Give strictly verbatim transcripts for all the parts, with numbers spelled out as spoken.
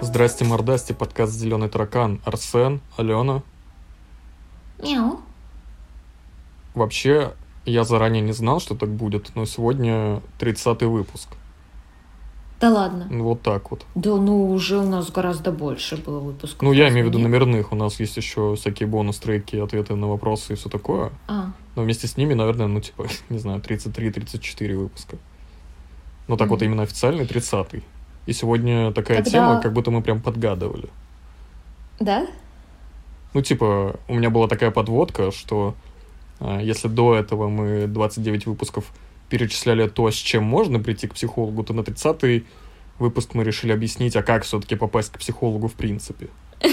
Здрасте, мордасти, подкаст «Зеленый таракан». Арсен, Алена. Мяу. Вообще, я заранее не знал, что так будет, но сегодня тридцатый выпуск. Да ладно. Вот так вот. Да ну уже у нас гораздо больше было выпусков. Ну, я имею в виду нет? номерных. У нас есть еще всякие бонус-треки, ответы на вопросы и все такое. А. Но вместе с ними, наверное, ну, типа, не знаю, тридцать три тридцать четыре выпуска. Ну, так Мгм. вот именно официальный тридцатый. И сегодня такая Тогда- тема, как будто мы прям подгадывали. Да? Ну, типа, у меня была такая подводка, что а, если до этого мы двадцать девять выпусков перечисляли то, с чем можно прийти к психологу, то на тридцатый выпуск мы решили объяснить, а как все-таки попасть к психологу в принципе.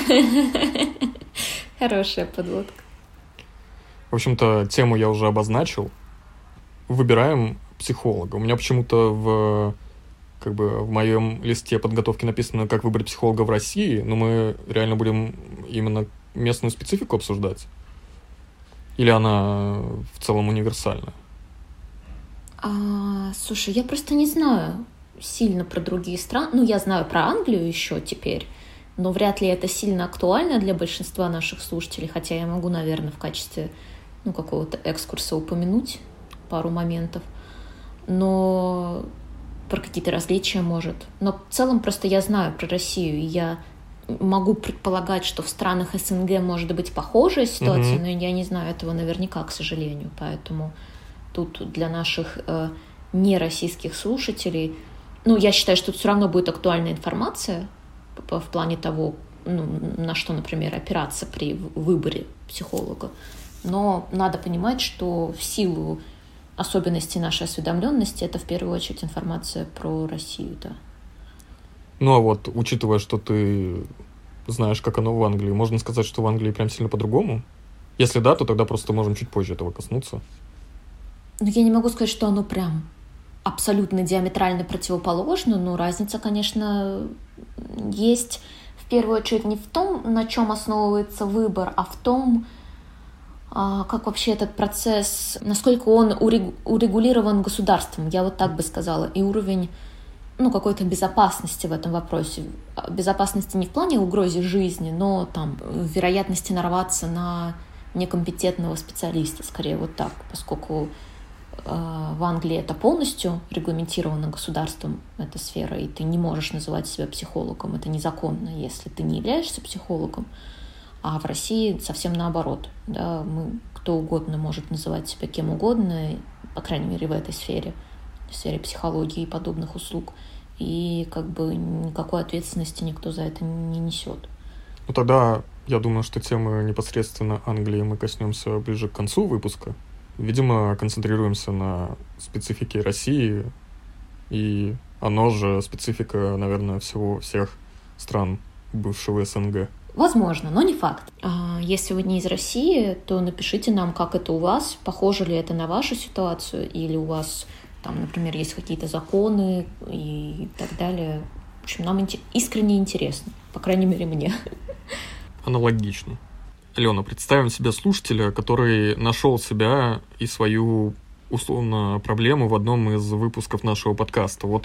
Хорошая подводка. В общем-то, тему я уже обозначил. Выбираем психолога. У меня почему-то в, как бы, в моем листе подготовки написано, как выбрать психолога в России, но мы реально будем именно местную специфику обсуждать? Или она в целом универсальна? А, слушай, я просто не знаю сильно про другие страны. Ну, я знаю про Англию еще теперь, но вряд ли это сильно актуально для большинства наших слушателей, хотя я могу, наверное, в качестве ну, какого-то экскурса упомянуть пару моментов. Но про какие-то различия, может. Но в целом просто я знаю про Россию, и я могу предполагать, что в странах СНГ может быть похожая ситуация, Мгм. но я не знаю этого наверняка, к сожалению. Поэтому тут для наших э, нероссийских слушателей, ну, я считаю, что тут все равно будет актуальная информация в плане того, ну, на что, например, опираться при выборе психолога. Но надо понимать, что в силу особенностей нашей осведомленности это в первую очередь информация про Россию, да. Ну, а вот, учитывая, что ты знаешь, как оно в Англии, можно сказать, что в Англии прям сильно по-другому? Если да, то тогда просто можем чуть позже этого коснуться. Но я не могу сказать, что оно прям абсолютно диаметрально противоположно, но разница, конечно, есть в первую очередь не в том, на чем основывается выбор, а в том, как вообще этот процесс, насколько он урегулирован государством, я вот так бы сказала, и уровень ну, какой-то безопасности в этом вопросе. Безопасности не в плане угрозы жизни, но там вероятности нарваться на некомпетентного специалиста, скорее вот так, поскольку э, в Англии это полностью регламентировано государством, эта сфера, и ты не можешь называть себя психологом, это незаконно, если ты не являешься психологом, а в России совсем наоборот, да, мы, кто угодно может называть себя кем угодно, по крайней мере в этой сфере, в сфере психологии и подобных услуг, и как бы никакой ответственности никто за это не несет. Ну тогда я думаю, что темы непосредственно Англии мы коснемся ближе к концу выпуска. Видимо, концентрируемся на специфике России, и оно же специфика, наверное, всего всех стран бывшего СНГ. Возможно, но не факт. Если вы не из России, то напишите нам, как это у вас, похоже ли это на вашу ситуацию, или у вас там, например, есть какие-то законы и так далее. В общем, нам искренне интересно. По крайней мере, мне. Аналогично. Алена, представим себе слушателя, который нашел себя и свою, условно, проблему в одном из выпусков нашего подкаста. Вот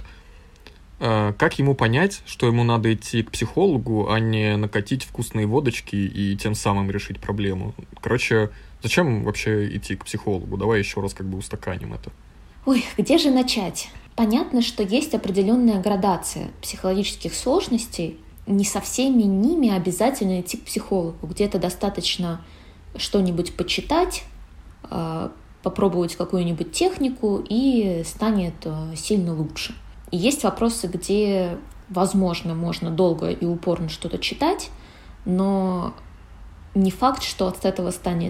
э, как ему понять, что ему надо идти к психологу, а не накатить вкусные водочки и тем самым решить проблему? Короче, зачем вообще идти к психологу? Давай еще раз как бы устаканим это. Ой, где же начать? Понятно, что есть определенная градация психологических сложностей. Не со всеми ними обязательно идти к психологу. Где-то достаточно что-нибудь почитать, попробовать какую-нибудь технику, и станет сильно лучше. И есть вопросы, где, возможно, можно долго и упорно что-то читать, но не факт, что от этого станет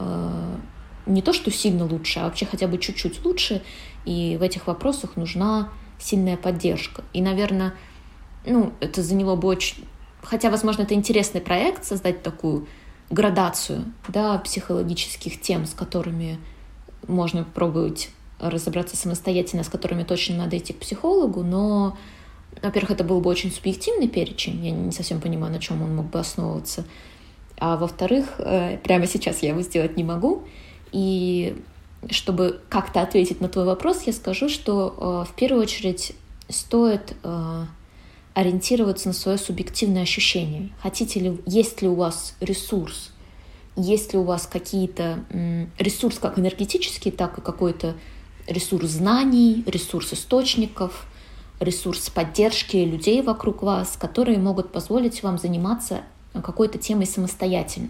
не то, что сильно лучше, а вообще хотя бы чуть-чуть лучше, и в этих вопросах нужна сильная поддержка. И, наверное, ну, это заняло бы очень... Хотя, возможно, это интересный проект, создать такую градацию, да, психологических тем, с которыми можно попробовать разобраться самостоятельно, с которыми точно надо идти к психологу, но, во-первых, это был бы очень субъективный перечень, я не совсем понимаю, на чем он мог бы основываться, а во-вторых, прямо сейчас я его сделать не могу. И чтобы как-то ответить на твой вопрос, я скажу, что э, в первую очередь стоит э, ориентироваться на свое субъективное ощущение. Хотите ли, есть ли у вас ресурс, есть ли у вас какие-то ресурс как энергетический, так и какой-то ресурс знаний, ресурс источников, ресурс поддержки людей вокруг вас, которые могут позволить вам заниматься какой-то темой самостоятельно.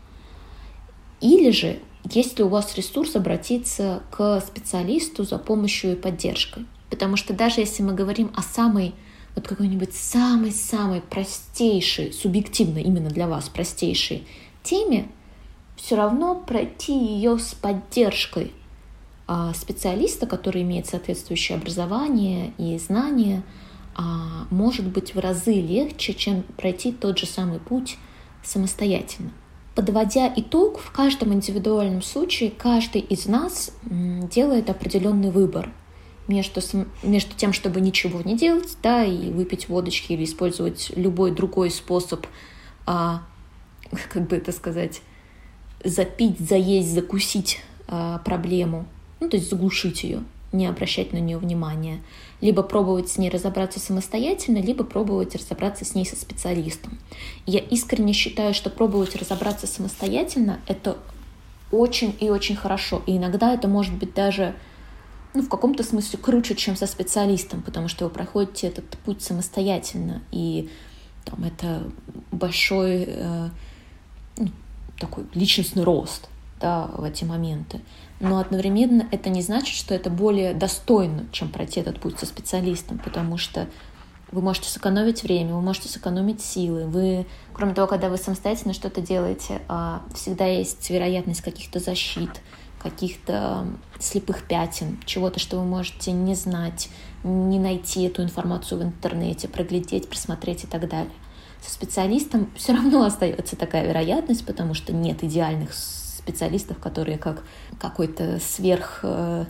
Или же, есть ли у вас ресурс обратиться к специалисту за помощью и поддержкой. Потому что даже если мы говорим о самой, вот какой-нибудь самой-самой простейшей, субъективно именно для вас простейшей теме, все равно пройти ее с поддержкой специалиста, который имеет соответствующее образование и знания, может быть в разы легче, чем пройти тот же самый путь самостоятельно. Подводя итог, в каждом индивидуальном случае каждый из нас делает определенный выбор между, между тем, чтобы ничего не делать, да, и выпить водочки или использовать любой другой способ, а, как бы это сказать, запить, заесть, закусить а, проблему, ну, то есть заглушить ее, не обращать на нее внимания, либо пробовать с ней разобраться самостоятельно, либо пробовать разобраться с ней со специалистом. И я искренне считаю, что пробовать разобраться самостоятельно — это очень и очень хорошо. И иногда это может быть даже, ну, в каком-то смысле круче, чем со специалистом, потому что вы проходите этот путь самостоятельно, и там, это большой э, ну, такой личностный рост, да, в эти моменты. Но одновременно это не значит, что это более достойно, чем пройти этот путь со специалистом, потому что вы можете сэкономить время, вы можете сэкономить силы. Вы, кроме того, когда вы самостоятельно что-то делаете, всегда есть вероятность каких-то защит, каких-то слепых пятен, чего-то, что вы можете не знать, не найти эту информацию в интернете, проглядеть, просмотреть и так далее. Со специалистом все равно остается такая вероятность, потому что нет идеальных специалистов, которые как какой-то сверхразум,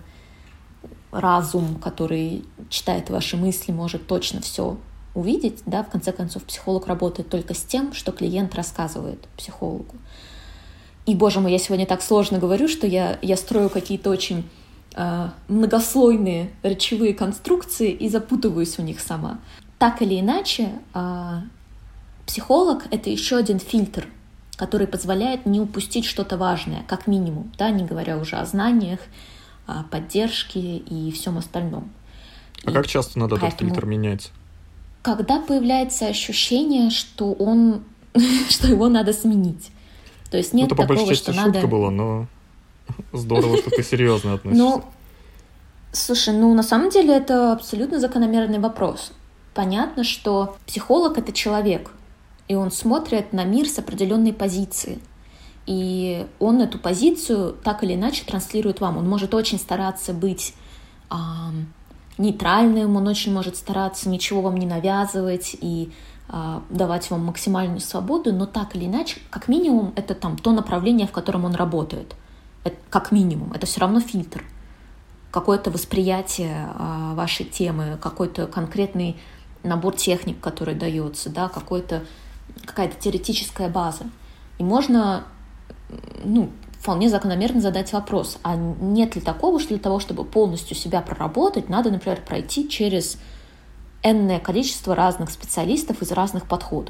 который читает ваши мысли, может точно все увидеть. Да? В конце концов, психолог работает только с тем, что клиент рассказывает психологу. И, боже мой, я сегодня так сложно говорю, что я, я строю какие-то очень э, многослойные речевые конструкции и запутываюсь в них сама. Так или иначе, э, психолог — это еще один фильтр, который позволяет не упустить что-то важное, как минимум, да, не говоря уже о знаниях, о поддержке и всем остальном. А и как часто надо этот фильтр менять? Когда появляется ощущение, что он, что его надо сменить. То есть нет ну, это, такого, по большей части, что шутка надо... была, но здорово, что ты серьезно относишься. Ну, слушай, ну на самом деле это абсолютно закономерный вопрос. Понятно, что психолог — это человек, и он смотрит на мир с определенной позиции. И он эту позицию так или иначе транслирует вам. Он может очень стараться быть э, нейтральным, он очень может стараться ничего вам не навязывать и э, давать вам максимальную свободу, но так или иначе, как минимум, это там то направление, в котором он работает. Это, как минимум, это все равно фильтр. Какое-то восприятие э, вашей темы, какой-то конкретный набор техник, который дается, да, какой-то какая-то теоретическая база. И можно, ну, вполне закономерно задать вопрос, а нет ли такого, что для того, чтобы полностью себя проработать, надо, например, пройти через энное количество разных специалистов из разных подходов.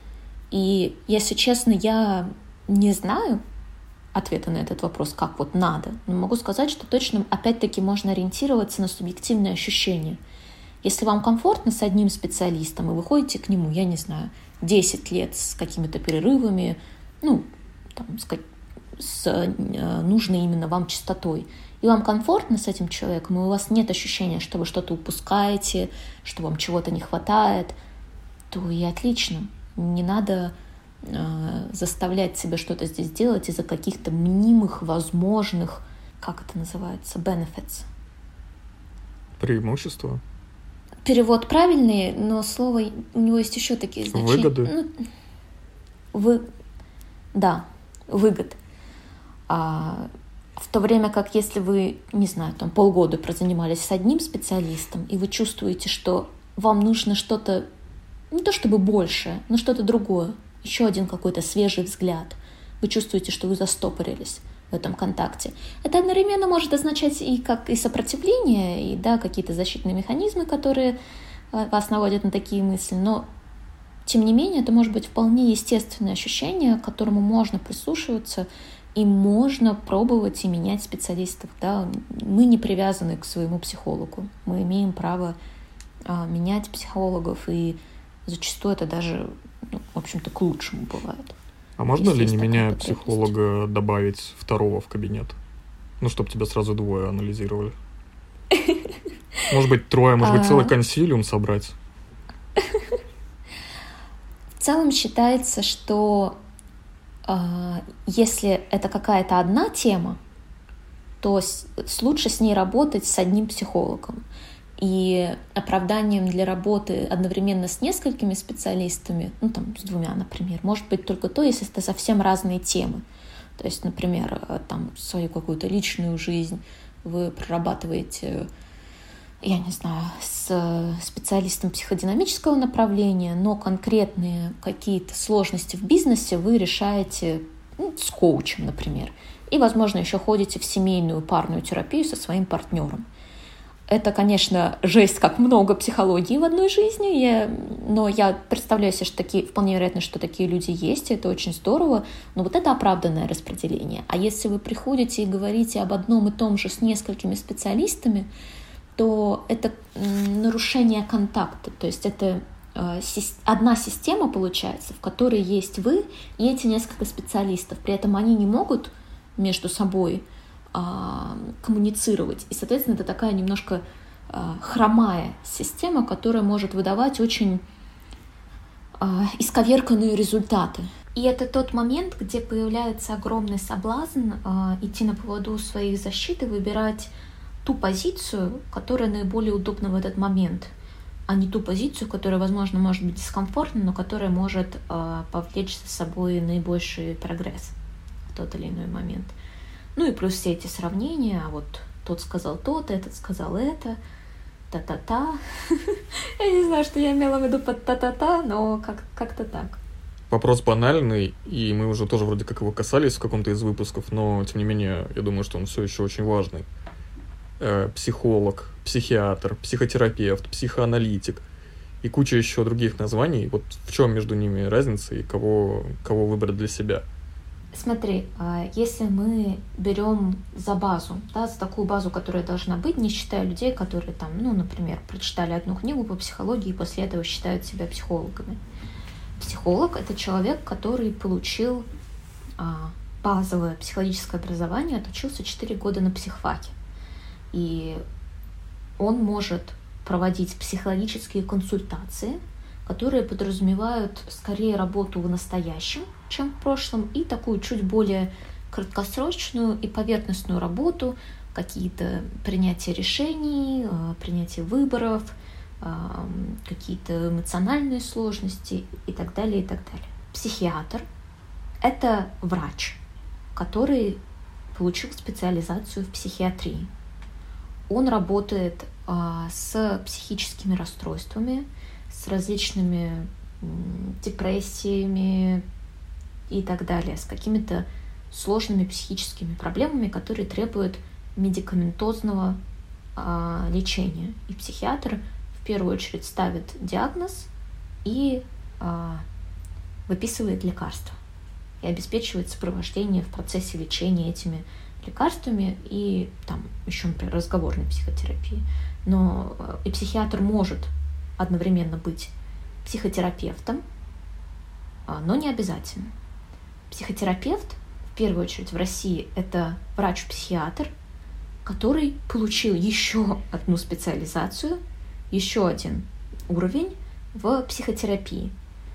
И, если честно, я не знаю ответа на этот вопрос, как вот надо, но могу сказать, что точно, опять-таки, можно ориентироваться на субъективные ощущения. Если вам комфортно с одним специалистом, и вы ходите к нему, я не знаю, десять лет с какими-то перерывами, ну, там, с, с э, нужной именно вам частотой, и вам комфортно с этим человеком, и у вас нет ощущения, что вы что-то упускаете, что вам чего-то не хватает, то и отлично. Не надо э, заставлять себя что-то здесь делать из-за каких-то мнимых, возможных, как это называется, benefits. Преимущества? Перевод правильный, но слово, у него есть еще такие значения. Выгоды? Ну, вы... Да, выгод. А, в то время как если вы, не знаю, там полгода прозанимались с одним специалистом, и вы чувствуете, что вам нужно что-то, не то чтобы большее, но что-то другое, еще один какой-то свежий взгляд, вы чувствуете, что вы застопорились в этом контакте. Это одновременно может означать и как и сопротивление, и да, какие-то защитные механизмы, которые вас наводит на такие мысли, но тем не менее это может быть вполне естественное ощущение, к которому можно прислушиваться и можно пробовать и менять специалистов. Да? Мы не привязаны к своему психологу, мы имеем право а, менять психологов, и зачастую это даже, ну, в общем-то, к лучшему бывает. А можно ли, не меняя психолога, добавить второго в кабинет? Ну, чтобы тебя сразу двое анализировали. Может быть, трое, может быть, целый консилиум собрать? В целом считается, что э, если это какая-то одна тема, то с, лучше с ней работать с одним психологом. И оправданием для работы одновременно с несколькими специалистами, ну там с двумя, например, может быть только то, если это совсем разные темы. То есть, например, там свою какую-то личную жизнь вы прорабатываете, я не знаю, с специалистом психодинамического направления, но конкретные какие-то сложности в бизнесе вы решаете, ну, с коучем, например. И, возможно, еще ходите в семейную парную терапию со своим партнером. Это, конечно, жесть, как много психологии в одной жизни, я, но я представляю себе, что такие, вполне вероятно, что такие люди есть, и это очень здорово, но вот это оправданное распределение. А если вы приходите и говорите об одном и том же с несколькими специалистами, то это нарушение контакта, то есть это э, си- одна система получается, в которой есть вы и эти несколько специалистов, при этом они не могут между собой коммуницировать. И, соответственно, это такая немножко э, хромая система, которая может выдавать очень э, исковерканные результаты. И это тот момент, где появляется огромный соблазн э, идти на поводу своих защит и выбирать ту позицию, которая наиболее удобна в этот момент, а не ту позицию, которая, возможно, может быть дискомфортна, но которая может э, повлечь за собой наибольший прогресс в тот или иной момент. Ну и плюс все эти сравнения, а вот тот сказал то-то, этот сказал это, та-та-та. Я не знаю, что я имела в виду под та-та-та, но как- как-то так. Вопрос банальный, и мы уже тоже вроде как его касались в каком-то из выпусков, но тем не менее, я думаю, что он все еще очень важный. Э, психолог, психиатр, психотерапевт, психоаналитик и куча еще других названий. Вот в чем между ними разница и кого, кого выбрать для себя? Смотри, если мы берем за базу, да, за такую базу, которая должна быть, не считая людей, которые там, ну, например, прочитали одну книгу по психологии и после этого считают себя психологами. Психолог — это человек, который получил а, базовое психологическое образование, отучился четыре года на психфаке. И он может проводить психологические консультации, которые подразумевают скорее работу в настоящем, чем в прошлом, и такую чуть более краткосрочную и поверхностную работу, какие-то принятия решений, принятие выборов, какие-то эмоциональные сложности и так далее, и так далее. Психиатр — это врач, который получил специализацию в психиатрии. Он работает с психическими расстройствами, с различными депрессиями и так далее, с какими-то сложными психическими проблемами, которые требуют медикаментозного а, лечения. И психиатр в первую очередь ставит диагноз и а, выписывает лекарства и обеспечивает сопровождение в процессе лечения этими лекарствами и там еще, например, разговорной психотерапии. Но и психиатр может одновременно быть психотерапевтом, но не обязательно. Психотерапевт, в первую очередь в России, это врач-психиатр, который получил еще одну специализацию, еще один уровень в психотерапии.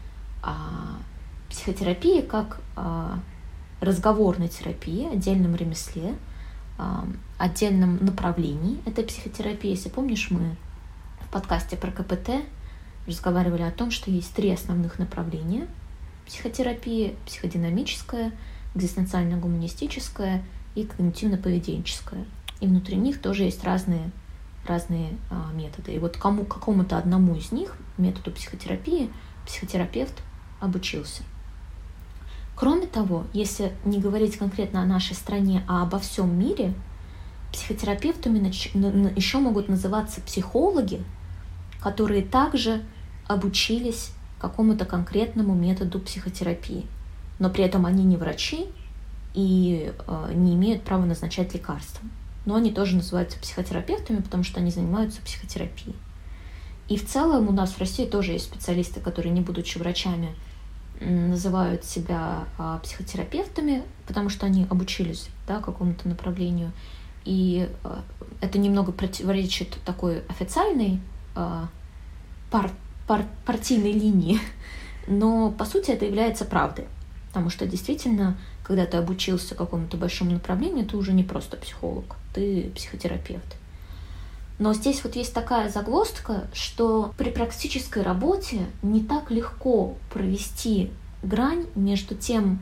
А психотерапия как а, разговорной терапии, отдельном ремесле, а, отдельном направлении этой психотерапии. Если помнишь, мы в подкасте про ка пэ тэ разговаривали о том, что есть три основных направления психотерапии: психодинамическая, экзистенциально-гуманистическая и когнитивно-поведенческая. И внутри них тоже есть разные, разные а, методы. И вот кому, какому-то одному из них, методу психотерапии, психотерапевт обучился. Кроме того, если не говорить конкретно о нашей стране, а обо всем мире, психотерапевтами еще могут называться психологи, которые также обучились какому-то конкретному методу психотерапии, но при этом они не врачи и э, не имеют права назначать лекарства. Но они тоже называются психотерапевтами, потому что они занимаются психотерапией. И в целом у нас в России тоже есть специалисты, которые, не будучи врачами, называют себя а, психотерапевтами, потому что они обучились, да, какому-то направлению. И а, это немного противоречит такой официальной а, пар, пар, партийной линии, но по сути это является правдой. Потому что действительно, когда ты обучился какому-то большому направлению, ты уже не просто психолог, ты психотерапевт. Но здесь вот есть такая загвоздка, что при практической работе не так легко провести грань между тем,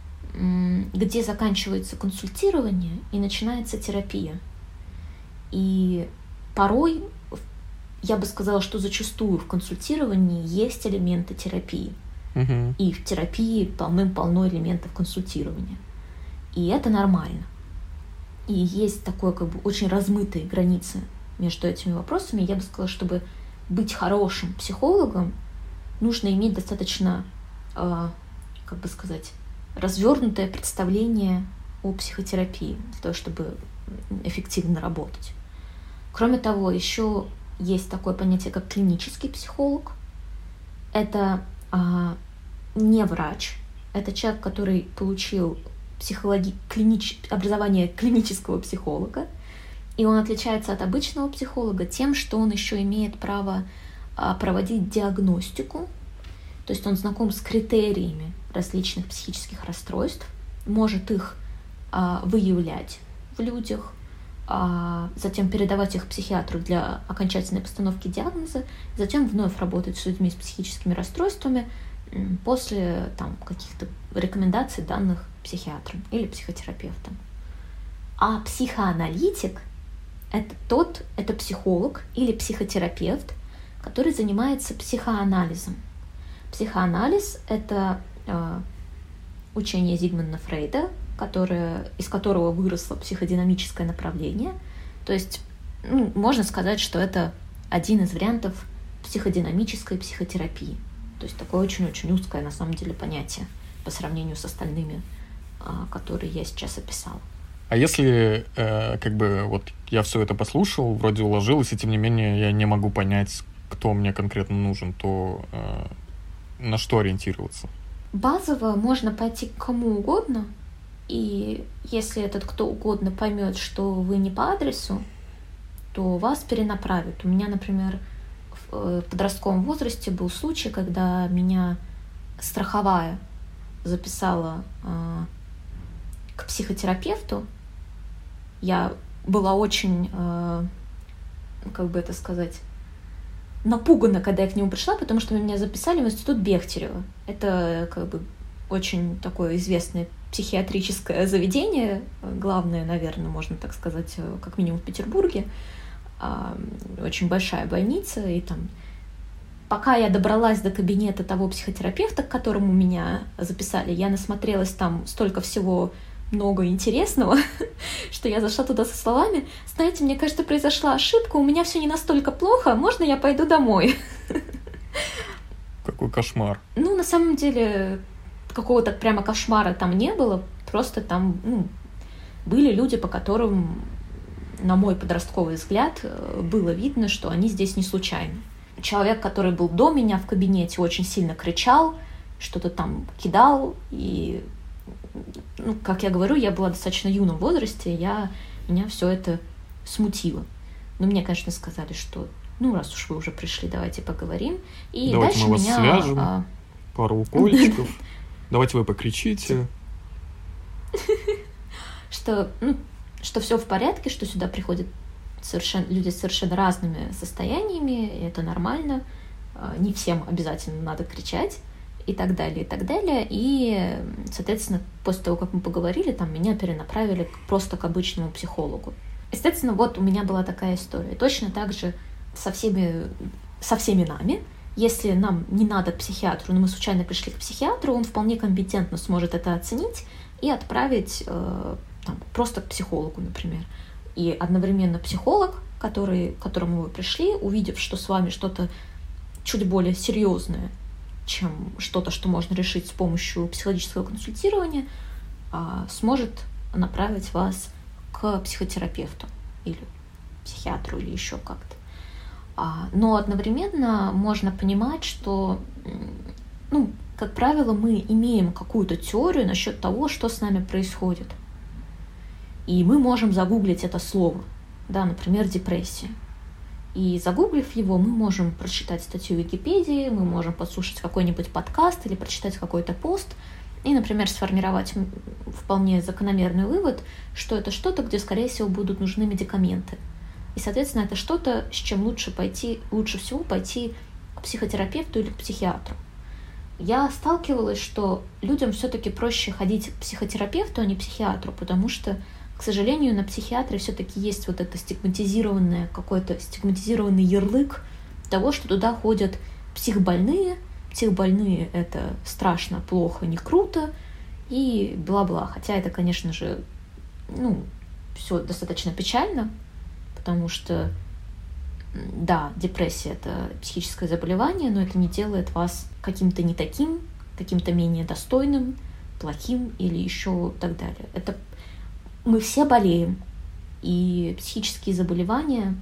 где заканчивается консультирование и начинается терапия. И порой, я бы сказала, что зачастую в консультировании есть элементы терапии. Угу. И в терапии полным-полно элементов консультирования. И это нормально. И есть такое как бы очень размытые границы между этими вопросами. Я бы сказала, чтобы быть хорошим психологом, нужно иметь достаточно, э, как бы сказать, развернутое представление о психотерапии для того, чтобы эффективно работать. Кроме того, еще есть такое понятие, как клинический психолог. Это э, не врач, это человек, который получил психологи... клинич... образование клинического психолога. И он отличается от обычного психолога тем, что он еще имеет право а, проводить диагностику, то есть он знаком с критериями различных психических расстройств, может их а, выявлять в людях, а, затем передавать их психиатру для окончательной постановки диагноза, затем вновь работать с людьми с психическими расстройствами после там, каких-то рекомендаций, данных психиатром или психотерапевтом. А психоаналитик Это тот, это психолог или психотерапевт, который занимается психоанализом. Психоанализ — это э, учение Зигмунда Фрейда, которое, из которого выросло психодинамическое направление. То есть ну, можно сказать, что это один из вариантов психодинамической психотерапии. То есть такое очень-очень узкое на самом деле понятие по сравнению с остальными, э, которые я сейчас описала. А если, э, как бы, вот я все это послушал, вроде уложилось, и тем не менее я не могу понять, кто мне конкретно нужен, то э, на что ориентироваться? Базово можно пойти к кому угодно, и если этот кто угодно поймет, что вы не по адресу, то вас перенаправят. У меня, например, в подростковом возрасте был случай, когда меня страховая записала э, к психотерапевту. Я была очень, э, как бы это сказать, напугана, когда я к нему пришла, потому что меня записали в институт Бехтерева. Это как бы очень такое известное психиатрическое заведение, главное, наверное, можно так сказать, как минимум в Петербурге. Э, очень большая больница, и там пока я добралась до кабинета того психотерапевта, к которому меня записали, я насмотрелась там столько всего много интересного, что я зашла туда со словами: знаете, мне кажется, произошла ошибка, у меня все не настолько плохо, можно я пойду домой? Какой кошмар. Ну, на самом деле, какого-то прямо кошмара там не было, просто там ну, были люди, по которым, на мой подростковый взгляд, было видно, что они здесь не случайно. Человек, который был до меня в кабинете, очень сильно кричал, что-то там кидал, и ну, как я говорю, я была в достаточно юном возрасте, я, меня все это смутило. Но мне, конечно, сказали, что ну, раз уж вы уже пришли, давайте поговорим. И давайте дальше мы вас меня... свяжем, а... пару укольчиков, давайте вы покричите. Что, ну, что все в порядке, что сюда приходят совершенно, люди с совершенно разными состояниями, и это нормально, не всем обязательно надо кричать. И так далее, и так далее. И, соответственно, после того, как мы поговорили, там меня перенаправили просто к обычному психологу. Естественно, вот у меня была такая история. Точно так же со всеми, со всеми нами. Если нам не надо к психиатру, но мы случайно пришли к психиатру, он вполне компетентно сможет это оценить и отправить э, там, просто к психологу, например. И одновременно психолог, который, к которому вы пришли, увидев, что с вами что-то чуть более серьезное, чем что-то, что можно решить с помощью психологического консультирования, сможет направить вас к психотерапевту или психиатру или еще как-то. Но одновременно можно понимать, что, ну, как правило, мы имеем какую-то теорию насчет того, что с нами происходит. И мы можем загуглить это слово, да, например, депрессия. И загуглив его, мы можем прочитать статью в Википедии, мы можем послушать какой-нибудь подкаст или прочитать какой-то пост и, например, сформировать вполне закономерный вывод, что это что-то, где, скорее всего, будут нужны медикаменты. И, соответственно, это что-то, с чем лучше пойти, лучше всего пойти к психотерапевту или к психиатру. Я сталкивалась, что людям все-таки проще ходить к психотерапевту, а не к психиатру, потому что, к сожалению, на психиатре все-таки есть вот это стигматизированное, какой-то стигматизированный ярлык того, что туда ходят психбольные. Психбольные — это страшно, плохо, не круто и бла-бла. Хотя это, конечно же, ну, все достаточно печально, потому что, да, депрессия — это психическое заболевание, но это не делает вас каким-то не таким, каким-то менее достойным, плохим или еще так далее. Это мы все болеем, и психические заболевания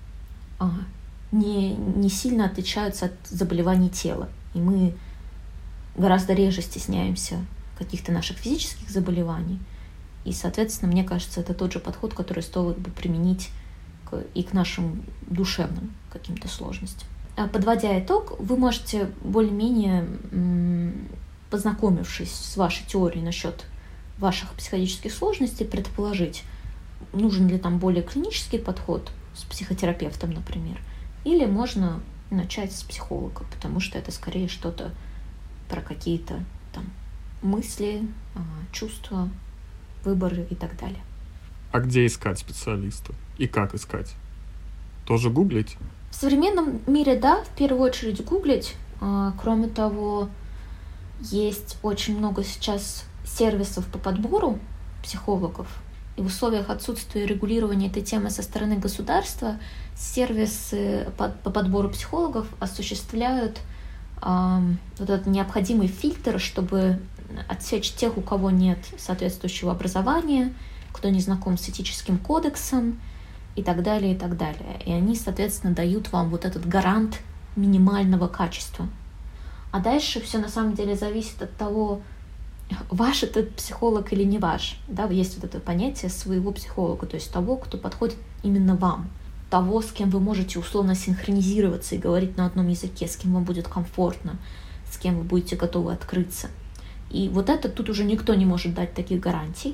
а, не, не сильно отличаются от заболеваний тела. И мы гораздо реже стесняемся каких-то наших физических заболеваний. И, соответственно, мне кажется, это тот же подход, который стоило бы применить к, и к нашим душевным каким-то сложностям. Подводя итог, вы можете более-менее, познакомившись с вашей теорией насчет ваших психологических сложностей, предположить, нужен ли там более клинический подход с психотерапевтом, например, или можно начать с психолога, потому что это скорее что-то про какие-то там мысли, чувства, выборы и так далее. А где искать специалиста? И как искать? Тоже гуглить? В современном мире, да, в первую очередь гуглить. Кроме того, есть очень много сейчас сервисов по подбору психологов. И в условиях отсутствия регулирования этой темы со стороны государства сервисы по, по подбору психологов осуществляют э, вот этот необходимый фильтр, чтобы отсечь тех, у кого нет соответствующего образования, кто не знаком с этическим кодексом и так далее, и так далее. И они, соответственно, дают вам вот этот гарант минимального качества. А дальше все на самом деле зависит от того, ваш этот психолог или не ваш. Да, есть вот это понятие своего психолога, то есть того, кто подходит именно вам, того, с кем вы можете условно синхронизироваться и говорить на одном языке, с кем вам будет комфортно, с кем вы будете готовы открыться. И вот это тут уже никто не может дать таких гарантий,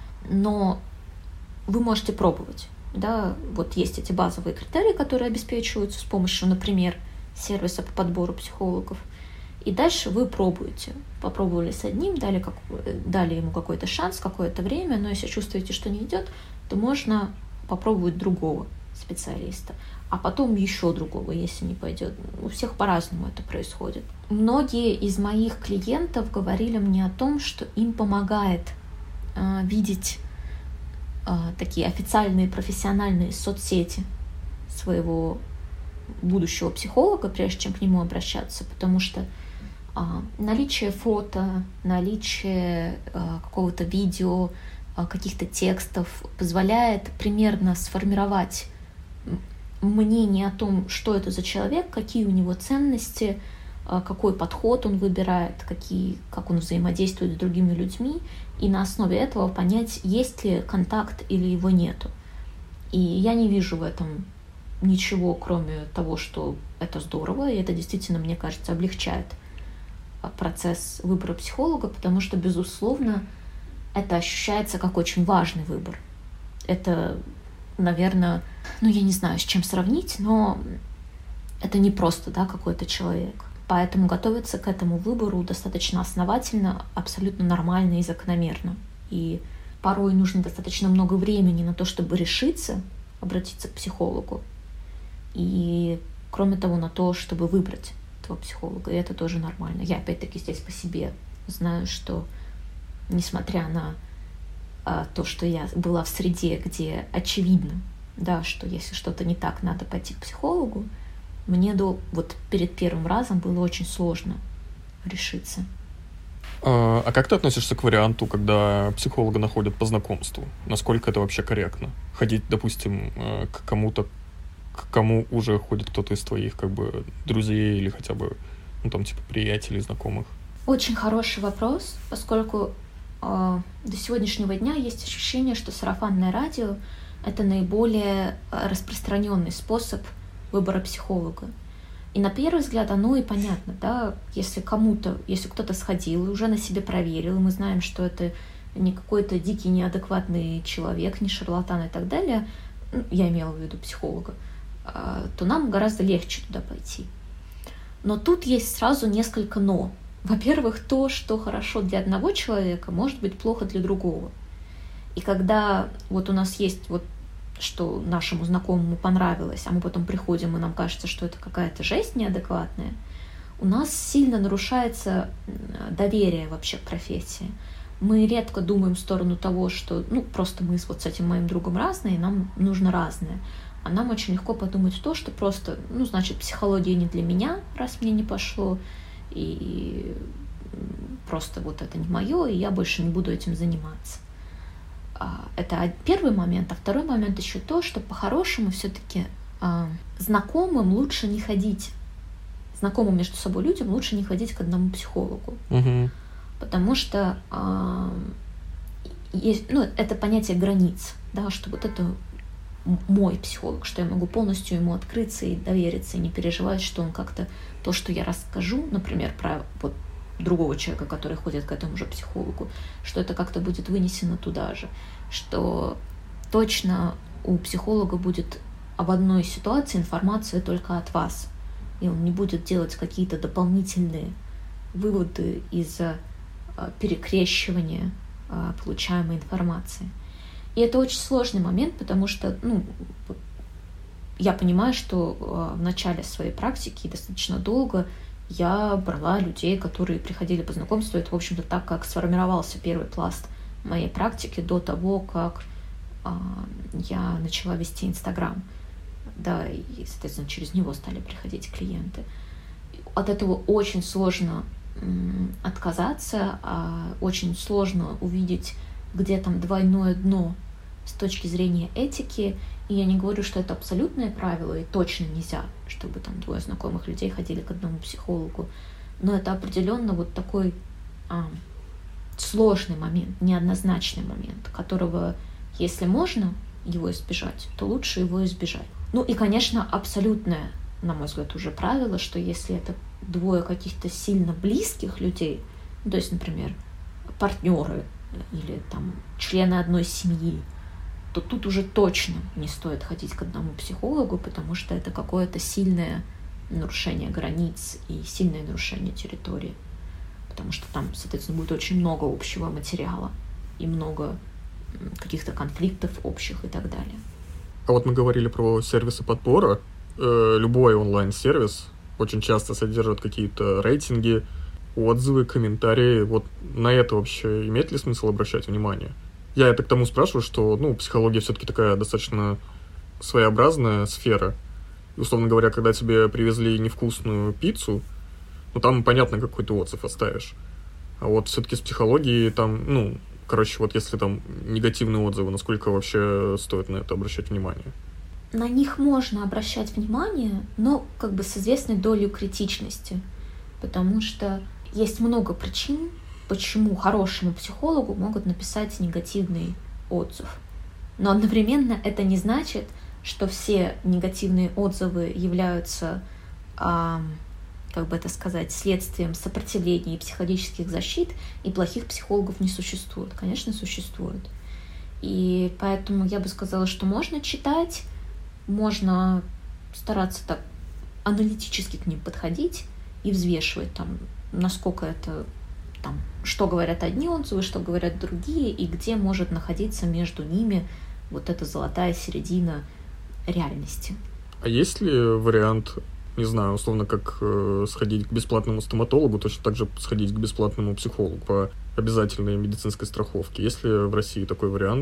но вы можете пробовать. Да, вот есть эти базовые критерии, которые обеспечиваются с помощью, например, сервиса по подбору психологов. И дальше вы пробуете. Попробовали с одним, дали, как, дали ему какой-то шанс, какое-то время, но если чувствуете, что не идет, то можно попробовать другого специалиста, а потом еще другого, если не пойдет. У всех по-разному это происходит. Многие из моих клиентов говорили мне о том, что им помогает э, видеть э, такие официальные профессиональные соцсети своего будущего психолога, прежде чем к нему обращаться, потому что а, наличие фото, наличие а, какого-то видео, а, каких-то текстов позволяет примерно сформировать мнение о том, что это за человек, какие у него ценности, а, какой подход он выбирает, какие, как он взаимодействует с другими людьми, и на основе этого понять, есть ли контакт или его нету. И я не вижу в этом ничего, кроме того, что это здорово, и это действительно, мне кажется, облегчает процесс выбора психолога, потому что, безусловно, это ощущается как очень важный выбор. Это, наверное, ну, я не знаю, с чем сравнить, но это не просто, да, какой-то человек. Поэтому готовиться к этому выбору достаточно основательно, абсолютно нормально и закономерно. И порой нужно достаточно много времени на то, чтобы решиться обратиться к психологу. И, кроме того, на то, чтобы выбрать этого психолога. И это тоже нормально. Я, опять-таки, здесь по себе знаю, что, несмотря на а, то, что я была в среде, где, очевидно, да, что если что-то не так, надо пойти к психологу, мне до, вот перед первым разом было очень сложно решиться. А, а как ты относишься к варианту, когда психолога находят по знакомству? Насколько это вообще корректно? Ходить, допустим, к кому-то, к кому уже ходит кто-то из твоих как бы друзей или хотя бы, ну там типа приятелей, знакомых? Очень хороший вопрос, поскольку э, до сегодняшнего дня есть ощущение, что сарафанное радио — это наиболее распространенный способ выбора психолога. И на первый взгляд оно и понятно, да, если кому-то, если кто-то сходил и уже на себе проверил, и мы знаем, что это не какой-то дикий, неадекватный человек, не шарлатан и так далее, ну, я имела в виду психолога, то нам гораздо легче туда пойти. Но тут есть сразу несколько «но». Во-первых, то, что хорошо для одного человека, может быть плохо для другого. И когда вот у нас есть вот что нашему знакомому понравилось, а мы потом приходим, и нам кажется, что это какая-то жесть неадекватная, у нас сильно нарушается доверие вообще к профессии. Мы редко думаем в сторону того, что ну, просто мы вот с этим моим другом разные, и нам нужно разное. А нам очень легко подумать в то, что просто, ну, значит, психология не для меня, раз мне не пошло, и просто вот это не мое, и я больше не буду этим заниматься. Это первый момент. А второй момент еще то, что по-хорошему все-таки э, знакомым лучше не ходить, знакомым между собой людям лучше не ходить к одному психологу. Угу. Потому что э, есть, ну, это понятие границ, да, что вот это мой психолог, что я могу полностью ему открыться и довериться, и не переживать, что он как-то то, что я расскажу, например, про вот другого человека, который ходит к этому же психологу, что это как-то будет вынесено туда же, что точно у психолога будет об одной ситуации информация только от вас, и он не будет делать какие-то дополнительные выводы из-за перекрещивания получаемой информации. И это очень сложный момент, потому что, ну, я понимаю, что в начале своей практики достаточно долго я брала людей, которые приходили по знакомству. Это, в общем-то, так, как сформировался первый пласт моей практики до того, как э, я начала вести Инстаграм. Да, и, соответственно, через него стали приходить клиенты. От этого очень сложно м, отказаться, а очень сложно увидеть, где там двойное дно с точки зрения этики. И я не говорю, что это абсолютное правило, и точно нельзя, чтобы там двое знакомых людей ходили к одному психологу. Но это определенно вот такой а, сложный момент, неоднозначный момент, которого, если можно его избежать, то лучше его избежать. Ну и, конечно, абсолютное, на мой взгляд, уже правило, что если это двое каких-то сильно близких людей, ну, то есть, например, партнеры или там члены одной семьи, то тут уже точно не стоит ходить к одному психологу, потому что это какое-то сильное нарушение границ и сильное нарушение территории. Потому что там, соответственно, будет очень много общего материала и много каких-то конфликтов общих и так далее. А вот мы говорили про сервисы подбора. Э, любой онлайн-сервис очень часто содержит какие-то рейтинги, отзывы, комментарии. Вот на это вообще имеет ли смысл обращать внимание? Я это к тому спрашиваю, что, ну, психология все-таки такая достаточно своеобразная сфера. И, условно говоря, когда тебе привезли невкусную пиццу, ну, там, понятно, какой ты отзыв оставишь. А вот все-таки с психологией там, ну, короче, вот если там негативные отзывы, насколько вообще стоит на это обращать внимание? На них можно обращать внимание, но как бы с известной долей критичности. Потому что есть много причин, почему хорошему психологу могут написать негативный отзыв. Но одновременно это не значит, что все негативные отзывы являются, а, как бы это сказать, следствием сопротивления и психологических защит, и плохих психологов не существует. Конечно, существует. И поэтому я бы сказала, что можно читать, можно стараться так аналитически к ним подходить и взвешивать там, насколько это там, что говорят одни отзывы, что говорят другие, и где может находиться между ними вот эта золотая середина реальности. А есть ли вариант, не знаю, условно, как э, сходить к бесплатному стоматологу, точно так же сходить к бесплатному психологу по обязательной медицинской страховке? Есть ли в России такой вариант?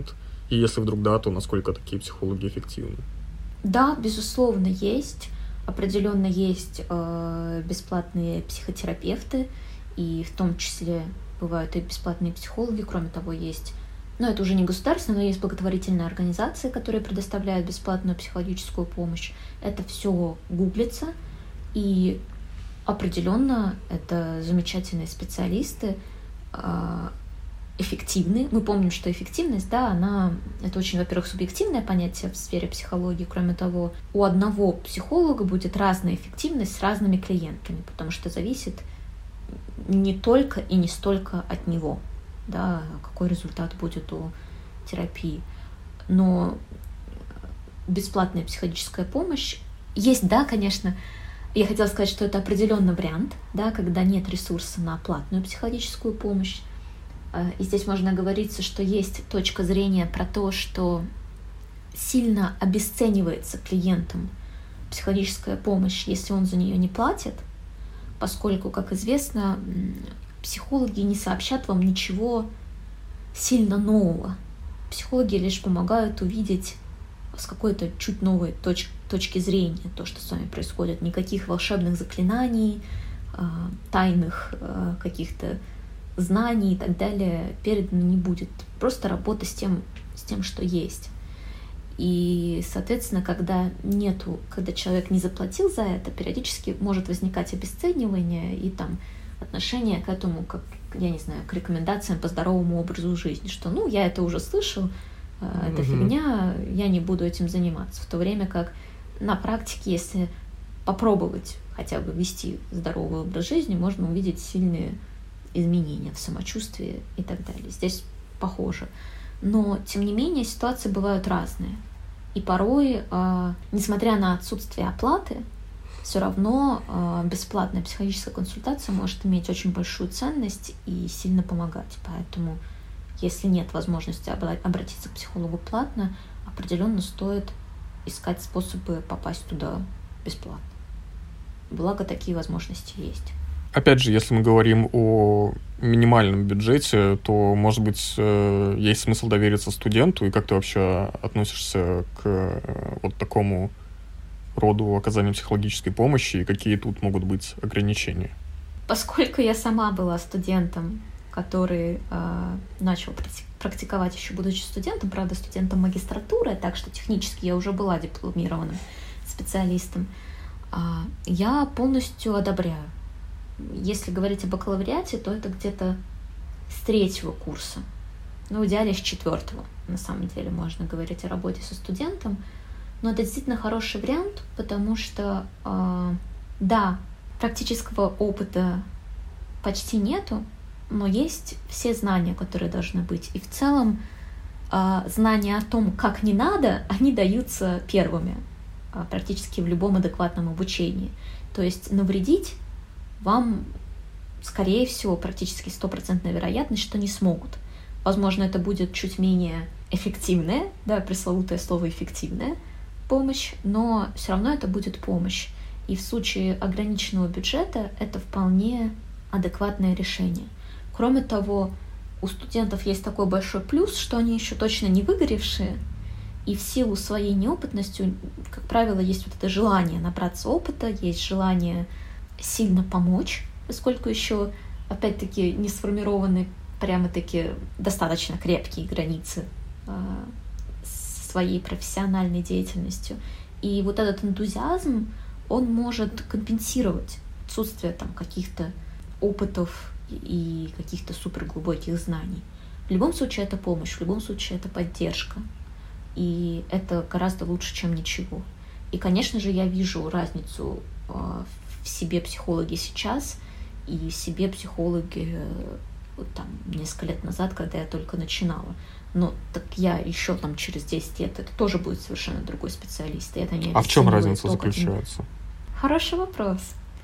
И если вдруг да, то насколько такие психологи эффективны? Да, безусловно, есть. Определенно есть э, бесплатные психотерапевты, и в том числе бывают и бесплатные психологи. Кроме того, есть, ну это уже не государственная, но есть благотворительные организации, которые предоставляют бесплатную психологическую помощь. Это все гуглится, и определенно это замечательные специалисты, э, эффективны. Мы помним, что эффективность, да, она, это очень, во-первых, субъективное понятие в сфере психологии. Кроме того, у одного психолога будет разная эффективность с разными клиентами, потому что зависит не только и не столько от него, да, какой результат будет у терапии. Но бесплатная психологическая помощь есть, да, конечно. Я хотела сказать, что это определенный вариант, да, когда нет ресурса на платную психологическую помощь. И здесь можно говориться, что есть точка зрения про то, что сильно обесценивается клиентам психологическая помощь, если он за нее не платит, поскольку, как известно, психологи не сообщат вам ничего сильно нового. Психологи лишь помогают увидеть с какой-то чуть новой точ- точки зрения то, что с вами происходит. Никаких волшебных заклинаний, тайных каких-то знаний и так далее передано не будет. Просто работа с тем, с тем, что есть. И, соответственно, когда нету, когда человек не заплатил за это, периодически может возникать обесценивание и там отношение к этому, как, я не знаю, к рекомендациям по здоровому образу жизни, что, ну, я это уже слышал, это mm-hmm. фигня, я не буду этим заниматься. В то время как на практике, если попробовать хотя бы вести здоровый образ жизни, можно увидеть сильные изменения в самочувствии и так далее. Здесь похоже. Но, тем не менее, ситуации бывают разные. И порой, э, несмотря на отсутствие оплаты, все равно э, бесплатная психологическая консультация может иметь очень большую ценность и сильно помогать. Поэтому, если нет возможности обратиться к психологу платно, определенно стоит искать способы попасть туда бесплатно. Благо, такие возможности есть. Опять же, если мы говорим о минимальном бюджете, то, может быть, есть смысл довериться студенту, и как ты вообще относишься к вот такому роду оказания психологической помощи, и какие тут могут быть ограничения? Поскольку я сама была студентом, который э, начал практиковать еще будучи студентом, правда, студентом магистратуры, так что технически я уже была дипломированным специалистом, э, я полностью одобряю. Если говорить о бакалавриате, то это где-то с третьего курса. Ну, в идеале с четвертого. На самом деле можно говорить о работе со студентом. Но это действительно хороший вариант, потому что, э, да, практического опыта почти нету, но есть все знания, которые должны быть. И в целом э, знания о том, как не надо, они даются первыми э, практически в любом адекватном обучении. То есть навредить вам, скорее всего, практически стопроцентная вероятность, что не смогут. Возможно, это будет чуть менее эффективная, да, пресловутое слово «эффективная» помощь, но все равно это будет помощь. И в случае ограниченного бюджета это вполне адекватное решение. Кроме того, у студентов есть такой большой плюс, что они еще точно не выгоревшие, и в силу своей неопытности, как правило, есть вот это желание набраться опыта, есть желание сильно помочь, поскольку еще, опять-таки, не сформированы прямо-таки достаточно крепкие границы э, своей профессиональной деятельностью. И вот этот энтузиазм, он может компенсировать отсутствие там каких-то опытов и каких-то суперглубоких знаний. В любом случае это помощь, в любом случае это поддержка. И это гораздо лучше, чем ничего. И, конечно же, я вижу разницу э, в себе психологи сейчас и в себе психологи вот там несколько лет назад, когда я только начинала. Но так я еще там через десять лет, это тоже будет совершенно другой специалист. И это не а в чем разница заключается? Хороший вопрос.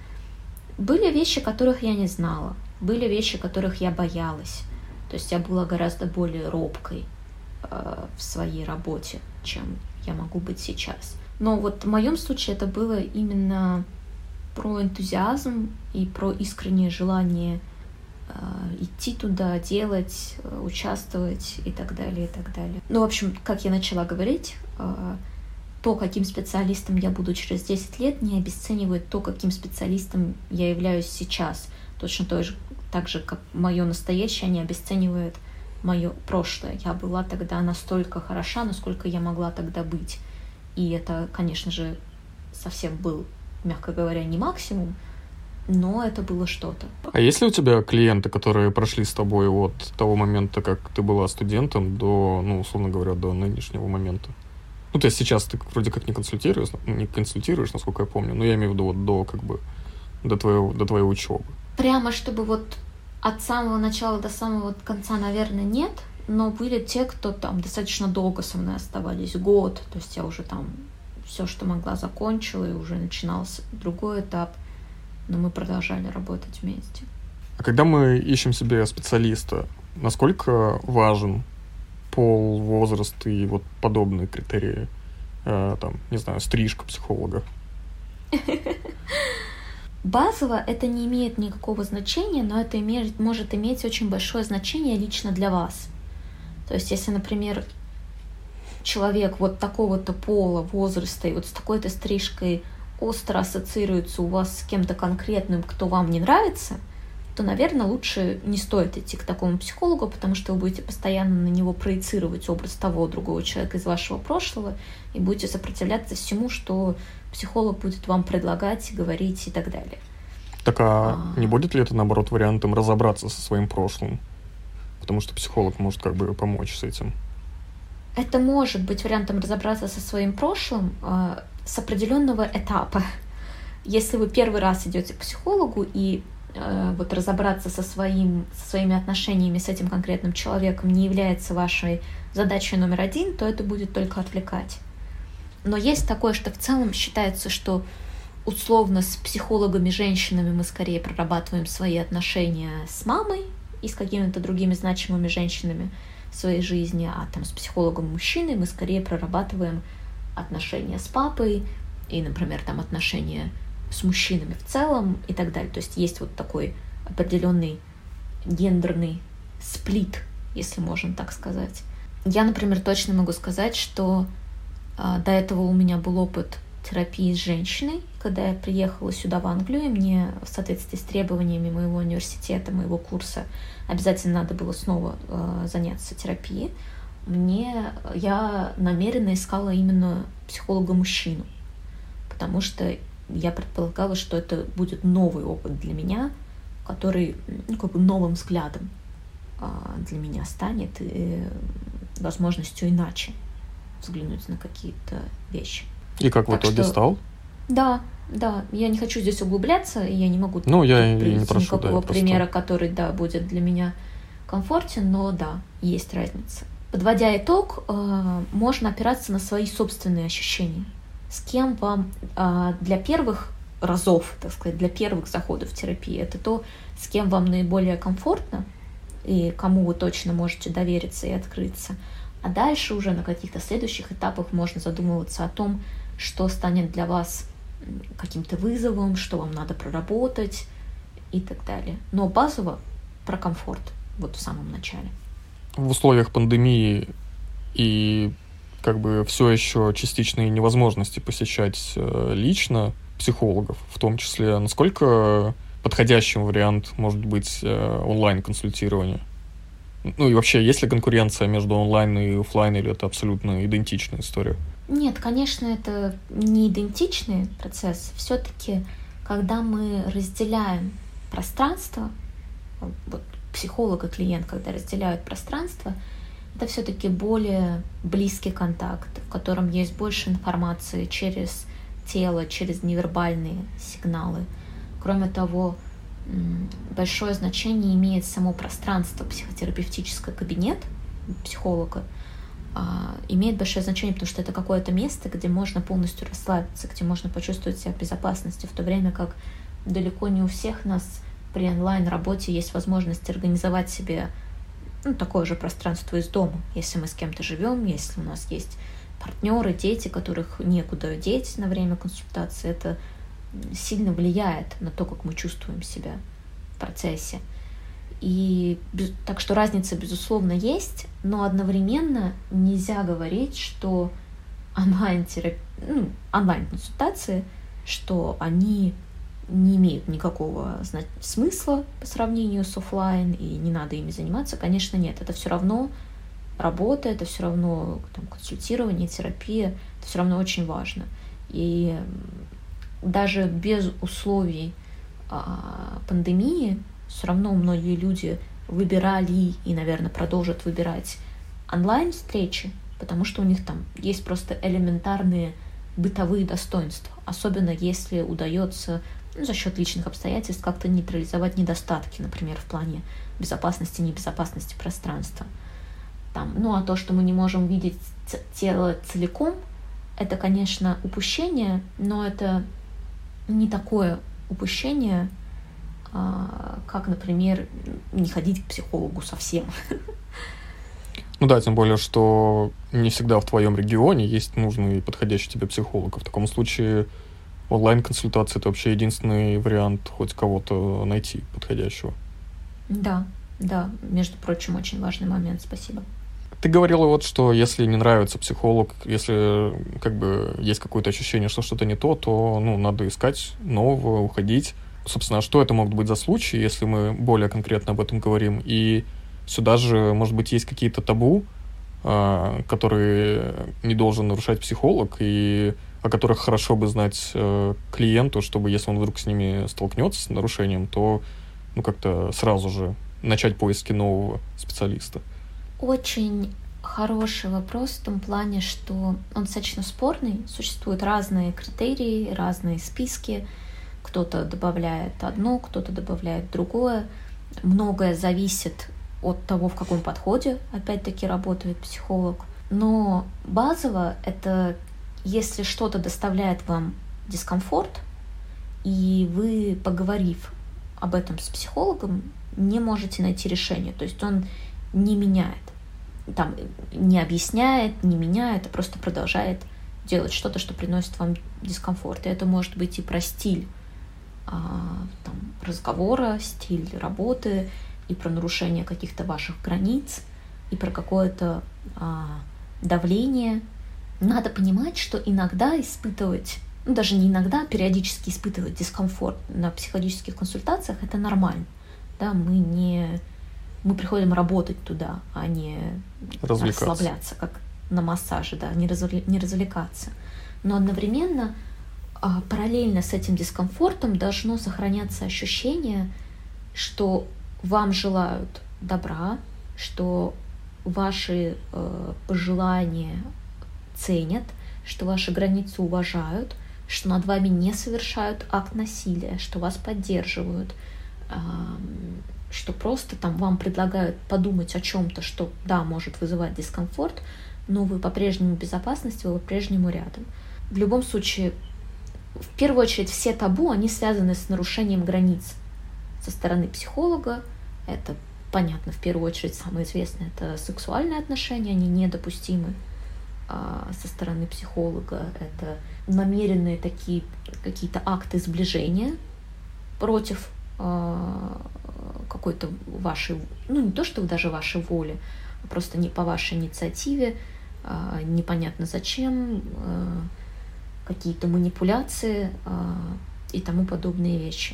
Были вещи, которых я не знала. Были вещи, которых я боялась. То есть я была гораздо более робкой э, в своей работе, чем я могу быть сейчас. Но вот в моем случае это было именно про энтузиазм и про искреннее желание идти туда, делать, участвовать и так далее, и так далее. Ну, в общем, как я начала говорить, то, каким специалистом я буду через десять лет, не обесценивает то, каким специалистом я являюсь сейчас. Точно то же, так же, как мое настоящее не обесценивает мое прошлое. Я была тогда настолько хороша, насколько я могла тогда быть. И это, конечно же, совсем был, мягко говоря, не максимум, но это было что-то. А есть ли у тебя клиенты, которые прошли с тобой от того момента, как ты была студентом, до, ну, условно говоря, до нынешнего момента? Ну, то есть сейчас ты вроде как не консультируешь, не консультируешь, насколько я помню, но я имею в виду вот до, как бы, до твоего, до твоей учебы. Прямо чтобы вот от самого начала до самого конца, наверное, нет, но были те, кто там достаточно долго со мной оставались, год, то есть я уже там все, что могла, закончила, и уже начинался другой этап, но мы продолжали работать вместе. А когда мы ищем себе специалиста, насколько важен пол, возраст и вот подобные критерии? Э, там, не знаю, стрижка психолога. Базово это не имеет никакого значения, но это имеет, может иметь очень большое значение лично для вас. То есть, если, например, человек вот такого-то пола, возраста и вот с такой-то стрижкой остро ассоциируется у вас с кем-то конкретным, кто вам не нравится, то, наверное, лучше не стоит идти к такому психологу, потому что вы будете постоянно на него проецировать образ того другого человека из вашего прошлого и будете сопротивляться всему, что психолог будет вам предлагать, говорить и так далее. Так а, а... не будет ли это, наоборот, вариантом разобраться со своим прошлым? Потому что психолог может как бы помочь с этим. Это может быть вариантом разобраться со своим прошлым э, с определенного этапа. Если вы первый раз идете к психологу и э, вот разобраться со, своим, со своими отношениями с этим конкретным человеком не является вашей задачей номер один, то это будет только отвлекать. Но есть такое, что в целом считается, что условно с психологами-женщинами мы скорее прорабатываем свои отношения с мамой и с какими-то другими значимыми женщинами в своей жизни, а там с психологом-мужчиной мы скорее прорабатываем отношения с папой и, например, там отношения с мужчинами в целом и так далее. То есть есть вот такой определенный гендерный сплит, если можно так сказать. Я, например, точно могу сказать, что а, до этого у меня был опыт терапии с женщиной, когда я приехала сюда, в Англию, и мне в соответствии с требованиями моего университета, моего курса обязательно надо было снова э, заняться терапией. Мне, я намеренно искала именно психолога-мужчину, потому что я предполагала, что это будет новый опыт для меня, который, ну, как бы новым взглядом э, для меня станет и возможностью иначе взглянуть на какие-то вещи. И как в так итоге что... стал? Да, да. Я не хочу здесь углубляться, и я не могу ну, я привести не прошу, никакого да, примера, просто... который, да, будет для меня комфортен, но да, есть разница. Подводя итог, можно опираться на свои собственные ощущения. С кем вам для первых разов, так сказать, для первых заходов в терапию, это то, с кем вам наиболее комфортно и кому вы точно можете довериться и открыться. А дальше уже на каких-то следующих этапах можно задумываться о том, что станет для вас каким-то вызовом, что вам надо проработать и так далее. Но базово про комфорт вот в самом начале. В условиях пандемии и как бы все еще частичной невозможности посещать лично психологов, в том числе, насколько подходящим вариант может быть онлайн-консультирование? Ну и вообще, есть ли конкуренция между онлайн и офлайн, или это абсолютно идентичная история? Нет, конечно, это не идентичный процесс. Все-таки, когда мы разделяем пространство, вот психолог и клиент, когда разделяют пространство, это все-таки более близкий контакт, в котором есть больше информации через тело, через невербальные сигналы. Кроме того, большое значение имеет само пространство, психотерапевтический кабинет психолога, имеет большое значение, потому что это какое-то место, где можно полностью расслабиться, где можно почувствовать себя в безопасности, в то время как далеко не у всех нас при онлайн-работе есть возможность организовать себе, ну, такое же пространство из дома, если мы с кем-то живем, если у нас есть партнеры, дети, которых некуда деть на время консультации. Это сильно влияет на то, как мы чувствуем себя в процессе. И так что разница, безусловно, есть, но одновременно нельзя говорить, что онлайн-терапия, ну, онлайн-консультации, что они не имеют никакого смысла по сравнению с офлайн, и не надо ими заниматься. Конечно, нет. Это все равно работа, это все равно там, консультирование, терапия, это все равно очень важно. И даже без условий а, пандемии все равно многие люди выбирали и, наверное, продолжат выбирать онлайн-встречи, потому что у них там есть просто элементарные бытовые достоинства, особенно если удается ну, за счет личных обстоятельств как-то нейтрализовать недостатки, например, в плане безопасности, небезопасности пространства. Там, ну а то, что мы не можем видеть тело целиком, это, конечно, упущение, но это не такое упущение, как, например, не ходить к психологу совсем. Ну да, тем более, что не всегда в твоем регионе есть нужный и подходящий тебе психолог. В таком случае онлайн-консультация — это вообще единственный вариант хоть кого-то найти подходящего. Да, да, между прочим, очень важный момент, спасибо. Ты говорила вот, что если не нравится психолог, если как бы есть какое-то ощущение, что что-то не то, то ну, надо искать нового, уходить. Собственно, что это могут быть за случаи, если мы более конкретно об этом говорим? И сюда же, может быть, есть какие-то табу, которые не должен нарушать психолог, и о которых хорошо бы знать клиенту, чтобы, если он вдруг с ними столкнется, с нарушением, то ну, как-то сразу же начать поиски нового специалиста. Очень хороший вопрос в том плане, что он достаточно спорный. Существуют разные критерии, разные списки. Кто-то добавляет одно, кто-то добавляет другое. Многое зависит от того, в каком подходе, опять-таки, работает психолог. Но базово это, если что-то доставляет вам дискомфорт, и вы, поговорив об этом с психологом, не можете найти решение. То есть он не меняет, там, не объясняет, не меняет, а просто продолжает делать что-то, что приносит вам дискомфорт. И это может быть и про стиль там, разговора, стиль работы, и про нарушение каких-то ваших границ, и про какое-то а, давление. Надо понимать, что иногда испытывать, ну даже не иногда, а периодически испытывать дискомфорт на психологических консультациях — это нормально. Да, мы не... Мы приходим работать туда, а не расслабляться, как на массаже, да, не, развле... не развлекаться. Но одновременно параллельно с этим дискомфортом должно сохраняться ощущение, что вам желают добра, что ваши э, пожелания ценят, что ваши границы уважают, что над вами не совершают акт насилия, что вас поддерживают, э, что просто там вам предлагают подумать о чем-то, что да, может вызывать дискомфорт, но вы по-прежнему в безопасности, вы по-прежнему рядом. В любом случае, в первую очередь, все табу, они связаны с нарушением границ со стороны психолога. Это, понятно, в первую очередь, самое известное, это сексуальные отношения, они недопустимы а, со стороны психолога. Это намеренные такие какие-то акты сближения против а, какой-то вашей, ну не то, что даже вашей воли, а просто не по вашей инициативе, а, непонятно зачем, а, какие-то манипуляции а, и тому подобные вещи.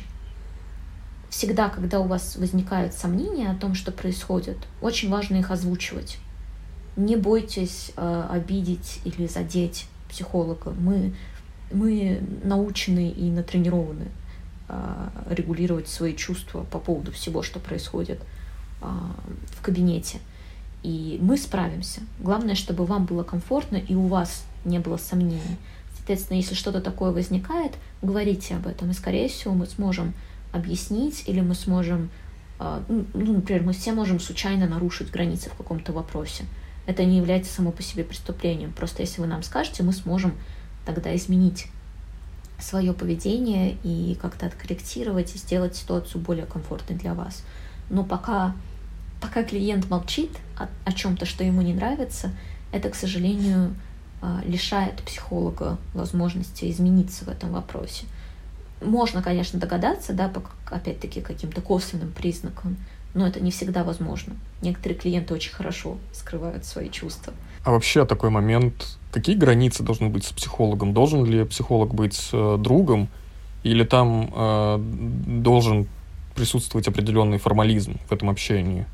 Всегда, когда у вас возникают сомнения о том, что происходит, очень важно их озвучивать. Не бойтесь а, обидеть или задеть психолога. Мы, мы научены и натренированы а, регулировать свои чувства по поводу всего, что происходит а, в кабинете. И мы справимся. Главное, чтобы вам было комфортно и у вас не было сомнений. Соответственно, если что-то такое возникает, говорите об этом, и, скорее всего, мы сможем объяснить, или мы сможем, ну, например, мы все можем случайно нарушить границы в каком-то вопросе. Это не является само по себе преступлением. Просто если вы нам скажете, мы сможем тогда изменить свое поведение и как-то откорректировать и сделать ситуацию более комфортной для вас. Но пока, пока клиент молчит о, о чем-то, что ему не нравится, это, к сожалению, лишает психолога возможности измениться в этом вопросе. Можно, конечно, догадаться, да, по, опять-таки, каким-то косвенным признакам, но это не всегда возможно. Некоторые клиенты очень хорошо скрывают свои чувства. А вообще такой момент, какие границы должны быть с психологом? Должен ли психолог быть э, другом, или там э, должен присутствовать определенный формализм в этом общении?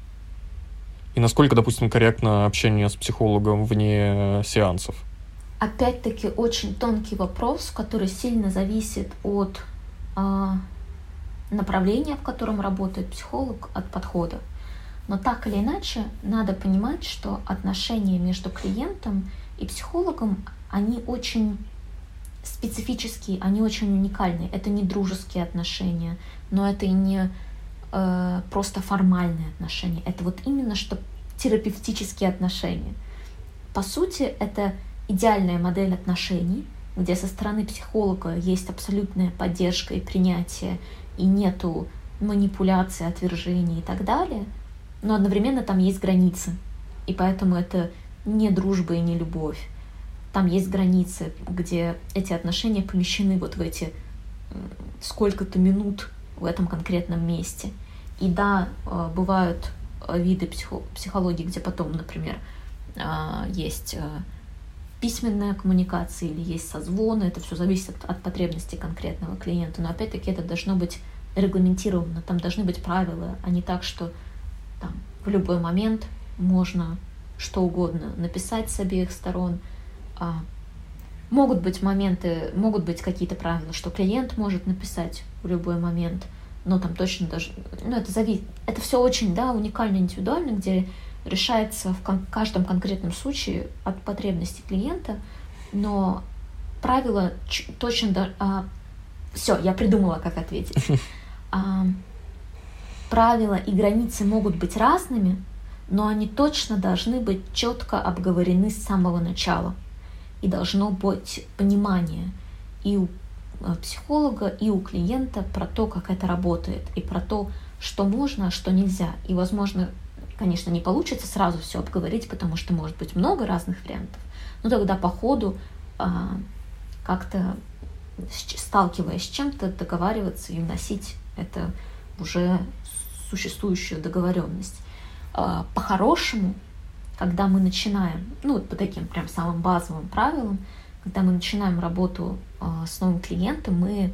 И насколько, допустим, корректно общение с психологом вне сеансов? Опять-таки очень тонкий вопрос, который сильно зависит от э, направления, в котором работает психолог, от подхода. Но так или иначе, надо понимать, что отношения между клиентом и психологом, они очень специфические, они очень уникальные. Это не дружеские отношения, но это и не э, просто формальные отношения. Это вот именно что терапевтические отношения. По сути, это идеальная модель отношений, где со стороны психолога есть абсолютная поддержка и принятие, и нету манипуляции, отвержений и так далее, но одновременно там есть границы, и поэтому это не дружба и не любовь. Там есть границы, где эти отношения помещены вот в эти сколько-то минут в этом конкретном месте. И да, бывают виды психо- психологии, где потом, например, есть письменная коммуникация или есть созвоны, это все зависит от, от потребностей конкретного клиента, но опять-таки это должно быть регламентировано, там должны быть правила, а не так, что там, в любой момент можно что угодно написать с обеих сторон. А, могут быть моменты, могут быть какие-то правила, что клиент может написать в любой момент, но там точно даже, ну это зависит, это все очень, да, уникально, индивидуально, где решается в кон- каждом конкретном случае от потребностей клиента, но правила ч- точно... Да, а, все, я придумала, как ответить. А, правила и границы могут быть разными, но они точно должны быть четко обговорены с самого начала. И должно быть понимание и у психолога, и у клиента про то, как это работает, и про то, что можно, а что нельзя. И, возможно, конечно, не получится сразу все обговорить, потому что может быть много разных вариантов. Но тогда по ходу а, как-то сталкиваясь с чем-то, договариваться и вносить это уже существующую договоренность. А, по-хорошему, когда мы начинаем, ну вот по таким прям самым базовым правилам, когда мы начинаем работу а, с новым клиентом, мы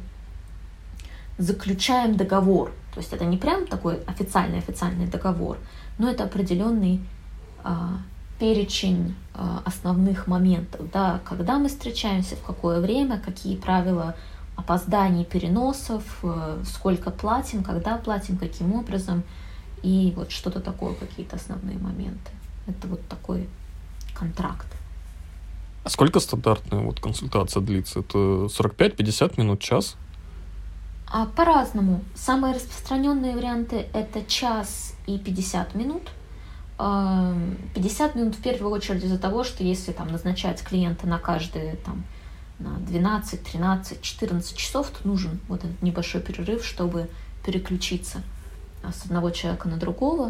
заключаем договор. То есть это не прям такой официальный-официальный договор, но это определенный а, перечень а, основных моментов, да, когда мы встречаемся, в какое время, какие правила опозданий, переносов, а, сколько платим, когда платим, каким образом, и вот что-то такое, какие-то основные моменты. Это вот такой контракт. А сколько стандартная вот консультация длится? Это сорок пять пятьдесят минут, час? А по-разному. Самые распространенные варианты — это час и пятьдесят минут. пятьдесят минут в первую очередь из-за того, что если там назначать клиента на каждые там, на двенадцать, тринадцать, четырнадцать часов, то нужен вот этот небольшой перерыв, чтобы переключиться с одного человека на другого.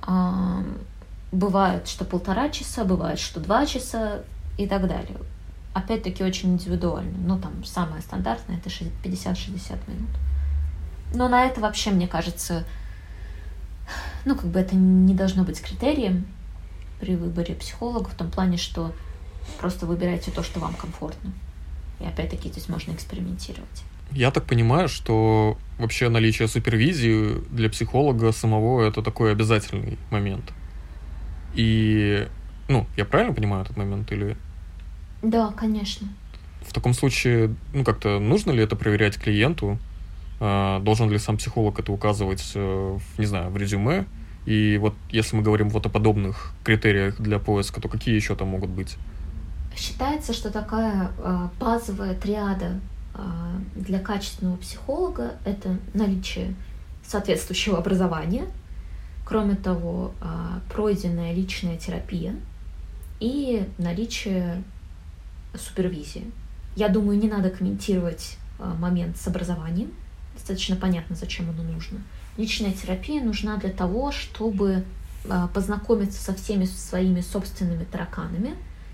Бывает, что полтора часа, бывает, что два часа и так далее. Опять-таки очень индивидуально. Но там самое стандартное — это пятьдесят-шестьдесят минут. Но на это вообще, мне кажется, ну, как бы это не должно быть критерием при выборе психолога в том плане, что просто выбирайте то, что вам комфортно. И опять-таки здесь можно экспериментировать. Я так понимаю, что вообще наличие супервизии для психолога самого — это такой обязательный момент. И, ну, я правильно понимаю этот момент или... Да, конечно. В таком случае, ну, как-то нужно ли это проверять клиенту? Должен ли сам психолог это указывать, не знаю, в резюме? И вот если мы говорим вот о подобных критериях для поиска, то какие еще там могут быть? Считается, что такая базовая триада для качественного психолога — это наличие соответствующего образования, кроме того, пройденная личная терапия и наличие супервизии. Я думаю, не надо комментировать момент с образованием. Достаточно понятно, зачем оно нужно. Личная терапия нужна для того, чтобы познакомиться со всеми своими собственными тараканами.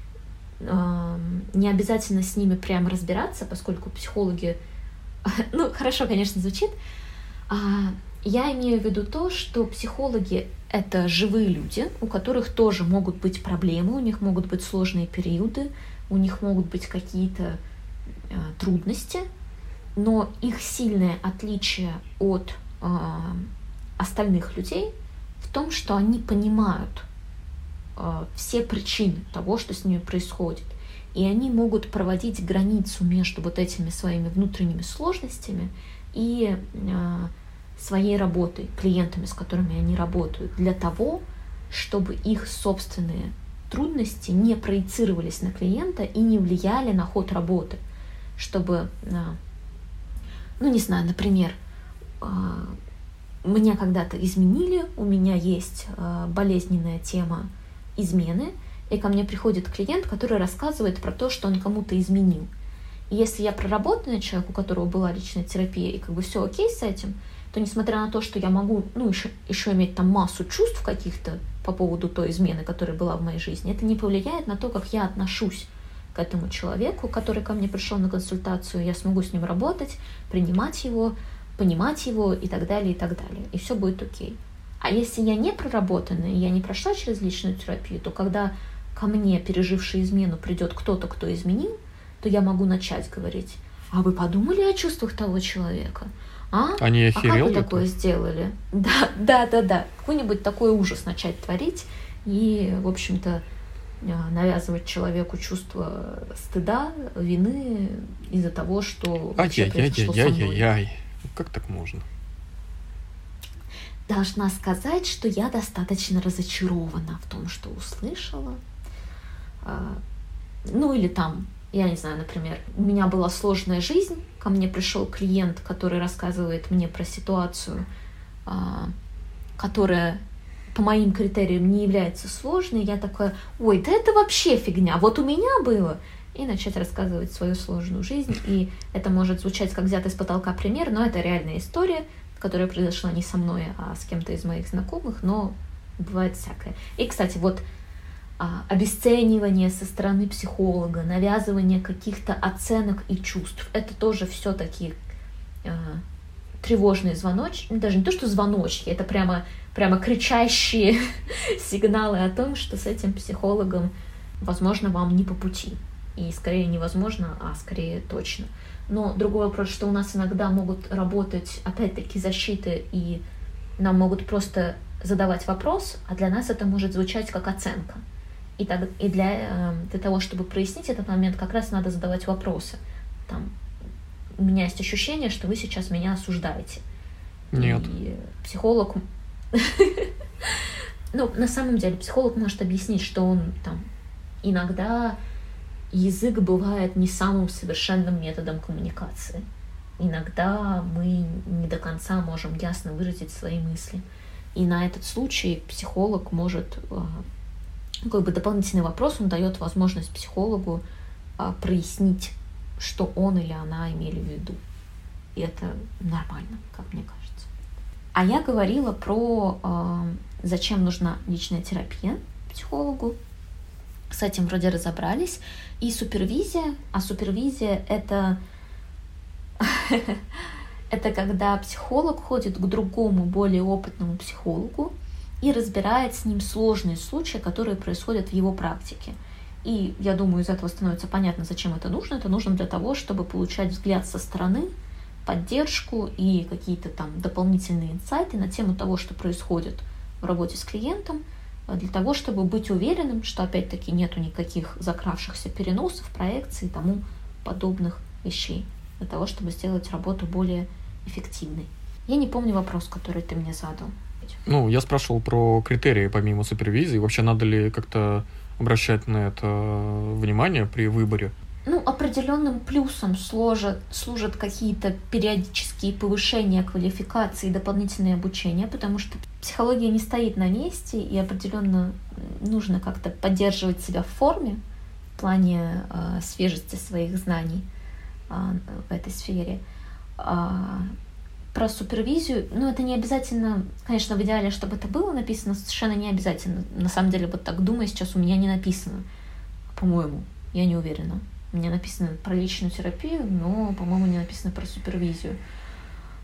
Не обязательно с ними прямо разбираться, поскольку психологи... Ну, хорошо, конечно, звучит. Я имею в виду то, что психологи — это живые люди, у которых тоже могут быть проблемы, у них могут быть сложные периоды, у них могут быть какие-то э, трудности, но их сильное отличие от э, остальных людей в том, что они понимают э, все причины того, что с ними происходит, и они могут проводить границу между вот этими своими внутренними сложностями и э, своей работой, клиентами, с которыми они работают, для того, чтобы их собственные трудности не проецировались на клиента и не влияли на ход работы. Чтобы, ну не знаю, например, меня когда-то изменили, у меня есть болезненная тема измены, и ко мне приходит клиент, который рассказывает про то, что он кому-то изменил. И если я проработанный человек, у которого была личная терапия, и как бы все окей с этим, то несмотря на то, что я могу, ну, еще, еще иметь там массу чувств каких-то по поводу той измены, которая была в моей жизни, это не повлияет на то, как я отношусь к этому человеку, который ко мне пришел на консультацию. Я смогу с ним работать, принимать его, понимать его и так далее, и так далее. И все будет окей. А если я не проработанная, я не прошла через личную терапию, то когда ко мне, переживший измену, придет кто-то, кто изменил, то я могу начать говорить: а вы подумали о чувствах того человека? А, а, не а как вы такое сделали? Да, да, да, да. Какой-нибудь такой ужас начать творить и, в общем-то, навязывать человеку чувство стыда, вины из-за того, что вообще произошло со мной. Ай-яй-яй-яй-яй. Как так можно? Должна сказать, что я достаточно разочарована в том, что услышала. Ну или там, я не знаю, например, у меня была сложная жизнь, ко мне пришел клиент, который рассказывает мне про ситуацию, которая по моим критериям не является сложной. Я такая: ой, да это вообще фигня, вот у меня было. И начать рассказывать свою сложную жизнь. И это может звучать как взятый с потолка пример, но это реальная история, которая произошла не со мной, а с кем-то из моих знакомых, но бывает всякое. И, кстати, вот обесценивание со стороны психолога, навязывание каких-то оценок и чувств, это тоже все такие э, тревожные звоночки, даже не то, что звоночки, это прямо, прямо кричащие сигналы о том, что с этим психологом, возможно, вам не по пути. И скорее невозможно, а скорее точно. Но другой вопрос, что у нас иногда могут работать, опять-таки, защиты, и нам могут просто задавать вопрос, а для нас это может звучать как оценка. И, так, и для, для того, чтобы прояснить этот момент, как раз надо задавать вопросы. Там, у меня есть ощущение, что вы сейчас меня осуждаете. Нет. И психолог... Ну, на самом деле, психолог может объяснить, что он там иногда язык бывает не самым совершенным методом коммуникации. Иногда мы не до конца можем ясно выразить свои мысли. И на этот случай психолог может... Как бы дополнительный вопрос, он дает возможность психологу а, прояснить, что он или она имели в виду. И это нормально, как мне кажется. А я говорила про а, зачем нужна личная терапия психологу. С этим вроде разобрались. И супервизия. А супервизия — это это когда психолог ходит к другому, более опытному психологу и разбирает с ним сложные случаи, которые происходят в его практике. И я думаю, из этого становится понятно, зачем это нужно. Это нужно для того, чтобы получать взгляд со стороны, поддержку и какие-то там дополнительные инсайты на тему того, что происходит в работе с клиентом, для того, чтобы быть уверенным, что опять-таки нету никаких закравшихся переносов, проекций и тому подобных вещей, для того, чтобы сделать работу более эффективной. Я не помню вопрос, который ты мне задал. Ну, я спрашивал про критерии помимо супервизии. Вообще, надо ли как-то обращать на это внимание при выборе? Ну, определенным плюсом служат, служат какие-то периодические повышения квалификации и дополнительное обучение, потому что психология не стоит на месте, и определенно нужно как-то поддерживать себя в форме в плане э, свежести своих знаний э, в этой сфере. А, про супервизию, ну, это не обязательно, конечно, в идеале, чтобы это было написано, совершенно не обязательно. На самом деле, вот так думая, сейчас у меня не написано, по-моему, я не уверена. У меня написано про личную терапию, но, по-моему, не написано про супервизию.